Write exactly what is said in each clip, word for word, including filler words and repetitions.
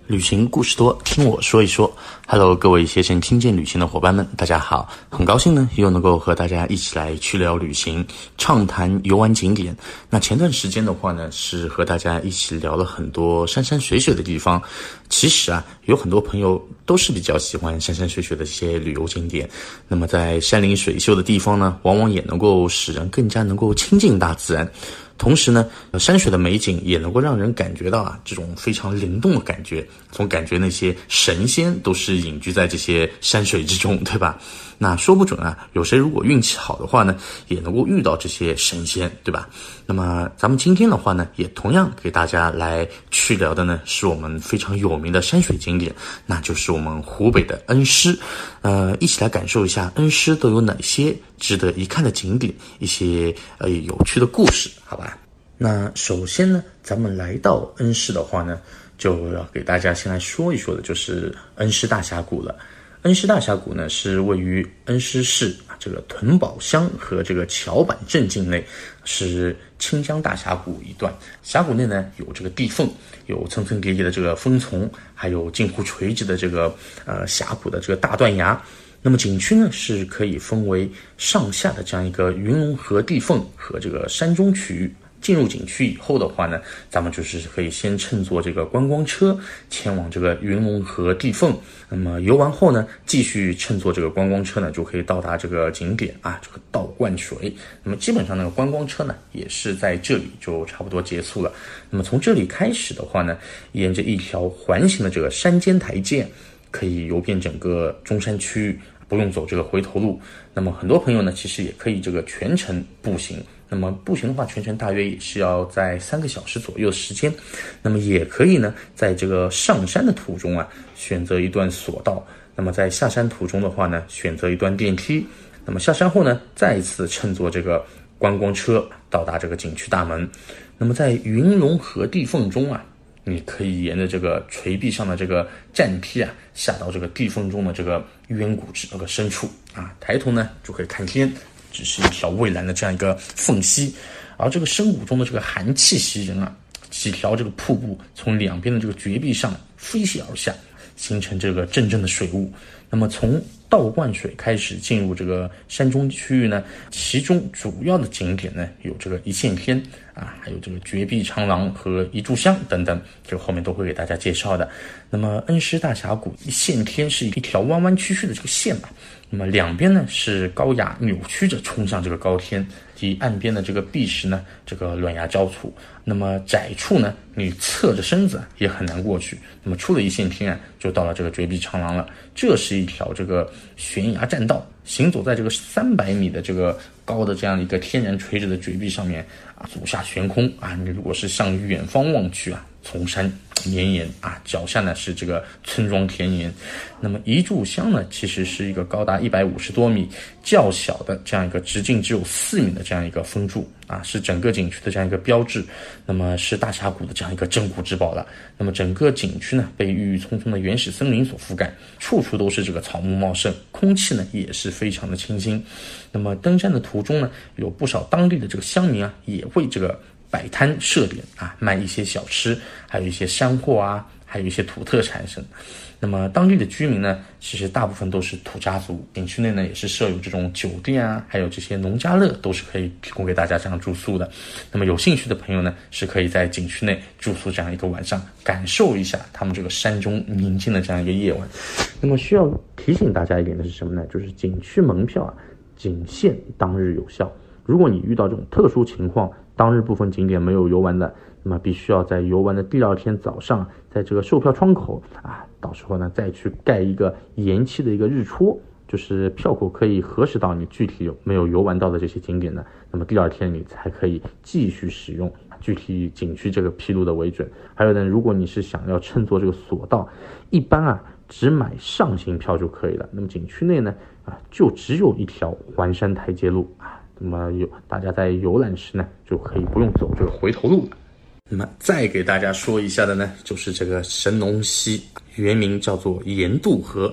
旅行故事多，听我说一说。Hello， 各位携程听见旅行的伙伴们，大家好！很高兴呢，又能够和大家一起来去聊旅行，畅谈游玩景点。那前段时间的话呢，是和大家一起聊了很多山山水水的地方。其实啊，有很多朋友都是比较喜欢山山水水的这些旅游景点。那么在山林水秀的地方呢，往往也能够使人更加能够亲近大自然。同时呢，山水的美景也能够让人感觉到啊，这种非常灵动的感觉，总感觉那些神仙都是隐居在这些山水之中，对吧？那说不准啊，有谁如果运气好的话呢，也能够遇到这些神仙，对吧？那么咱们今天的话呢，也同样给大家来去聊的呢，是我们非常有名的山水景点，那就是我们湖北的恩施。呃，一起来感受一下恩施都有哪些值得一看的景点，一些呃有趣的故事，好吧？那首先呢，咱们来到恩施的话呢，就要给大家先来说一说的就是恩施大峡谷了。恩施大峡谷呢，是位于恩施市这个屯堡乡和这个桥板镇境内，是清江大峡谷一段。峡谷内呢，有这个地缝，有层层叠叠的这个峰丛，还有近乎垂直的这个呃峡谷的这个大断崖。那么景区呢，是可以分为上下的这样一个云龙河地缝和这个山中区域。进入景区以后的话呢，咱们就是可以先乘坐这个观光车前往这个云龙河地缝，那么游完后呢，继续乘坐这个观光车呢，就可以到达这个景点啊，这个道观水。那么基本上那个观光车呢，也是在这里就差不多结束了。那么从这里开始的话呢，沿着一条环形的这个山间台阶，可以游遍整个中山区域，不用走这个回头路。那么很多朋友呢，其实也可以这个全程步行。那么步行的话，全程大约也是要在三个小时左右的时间。那么也可以呢，在这个上山的途中啊，选择一段索道。那么在下山途中的话呢，选择一段电梯。那么下山后呢，再一次乘坐这个观光车到达这个景区大门。那么在云龙河地缝中啊，你可以沿着这个垂壁上的这个栈梯啊，下到这个地缝中的这个渊谷之那个深处啊，抬头呢就可以看天。只是一条蔚蓝的这样一个缝隙，而这个深谷中的这个寒气袭人啊，几条这个瀑布从两边的这个绝壁上飞泻而下，形成这个阵阵的水雾。那么从道观水开始进入这个山中区域呢，其中主要的景点呢有这个一线天啊，还有这个绝壁长廊和一炷香等等，这个后面都会给大家介绍的。那么恩施大峡谷一线天是一条弯弯曲曲的这个线吧，那么两边呢是高崖扭曲着冲向这个高天，及岸边的这个壁石呢，这个卵崖交错。那么窄处呢，你侧着身子也很难过去。那么出了一线天啊，就到了这个绝壁长廊了。这是一条这个悬崖栈道，行走在这个三百米的这个高的这样一个天然垂直的绝壁上面啊，足下悬空啊，你如果是向远方望去啊，崇山绵延啊，脚下呢是这个村庄田园。那么一炷香呢，其实是一个高达一百五十多米、较小的这样一个直径只有四米的这样一个风柱啊，是整个景区的这样一个标志。那么是大峡谷的这样一个镇谷之宝了。那么整个景区呢，被郁郁葱葱的原始森林所覆盖，处处都是这个草木茂盛，空气呢也是非常的清新。那么登山的途中呢，有不少当地的这个乡民啊，也会这个摆摊设点啊，卖一些小吃，还有一些山货啊，还有一些土特产生。那么当地的居民呢，其实大部分都是土家族，景区内呢也是设有这种酒店啊，还有这些农家乐，都是可以提供给大家这样住宿的。那么有兴趣的朋友呢，是可以在景区内住宿这样一个晚上，感受一下他们这个山中宁静的这样一个夜晚。那么需要提醒大家一点的是什么呢？就是景区门票啊，仅限当日有效。如果你遇到这种特殊情况，当日部分景点没有游玩的，那么必须要在游玩的第二天早上，在这个售票窗口啊，到时候呢再去盖一个延期的一个日戳，就是票口可以核实到你具体有没有游玩到的这些景点呢，那么第二天你才可以继续使用具体景区这个披露的为准。还有呢，如果你是想要乘坐这个索道，一般啊只买上行票就可以了。那么景区内呢啊就只有一条环山台阶路啊。那么有大家在游览时呢，就可以不用走这个回头路了。那么再给大家说一下的呢，就是这个神农溪，原名叫做盐渡河。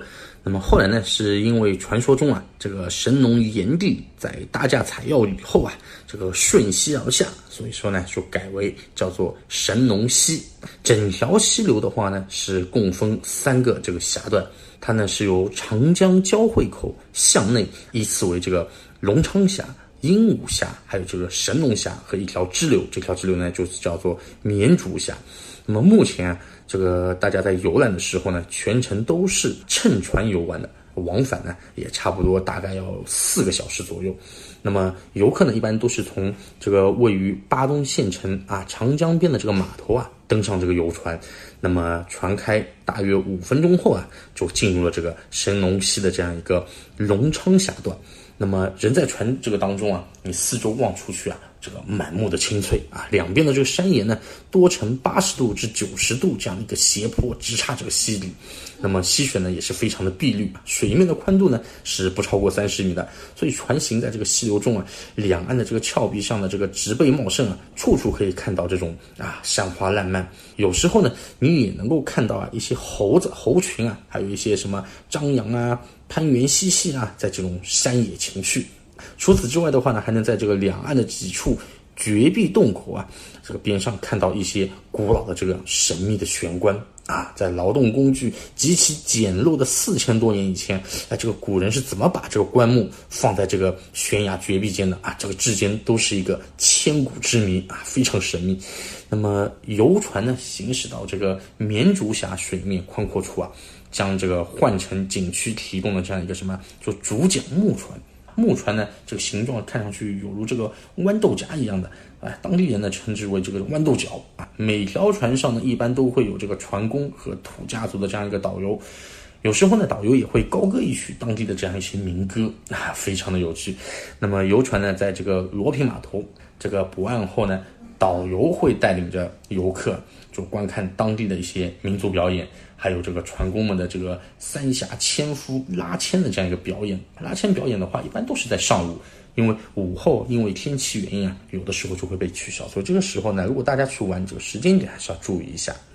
那么后来呢，是因为传说中啊，这个神农炎帝在搭架采药以后啊，这个顺溪而下，所以说呢，就改为叫做神农溪。整条溪流的话呢，是共分三个这个峡段，它呢是由长江交汇口向内依次为这个龙昌峡、鹦鹉峡，还有这个神农峡和一条支流，这条支流呢就是叫做绵竹峡。那么目前啊，这个大家在游览的时候呢，全程都是乘船游玩的，往返呢也差不多大概要四个小时左右。那么游客呢一般都是从这个位于巴东县城啊长江边的这个码头啊登上这个游船，那么船开大约五分钟后啊，就进入了这个神农溪的这样一个龙昌峡段。那么人在船这个当中啊，你四周望出去啊，这个满目的青翠啊，两边的这个山岩呢多呈八十度至九十度这样的一个斜坡直插这个溪里。那么溪水呢也是非常的碧绿，水面的宽度呢是不超过三十米的，所以船行在这个溪流中啊，两岸的这个峭壁上的这个植被茂盛啊，处处可以看到这种啊山花烂漫。有时候呢你也能够看到啊一些猴子猴群啊，还有一些什么张扬啊、攀援嬉戏啊，在这种山野情趣。除此之外的话呢，还能在这个两岸的几处绝壁洞口啊，这个边上看到一些古老的这个神秘的玄关啊，在劳动工具极其简陋的四千多年以前，哎，这个古人是怎么把这个棺木放在这个悬崖绝壁间的啊？这个至今都是一个千古之谜啊，非常神秘。那么游船呢，行驶到这个绵竹峡水面宽阔处啊，将这个换成景区提供的这样一个什么，就竹桨木船。木船呢，这个形状看上去有如这个豌豆荚一样的，哎，当地人呢称之为这个豌豆角啊。每条船上呢，一般都会有这个船工和土家族的这样一个导游，有时候呢，导游也会高歌一曲当地的这样一些民歌啊，非常的有趣。那么游船呢，在这个罗平码头这个泊岸后呢，导游会带领着游客就观看当地的一些民族表演，还有这个船工们的这个三峡纤夫拉纤的这样一个表演。拉纤表演的话，一般都是在上午，因为午后因为天气原因啊，有的时候就会被取消。所以这个时候呢，如果大家去玩，这个时间点还是要注意一下。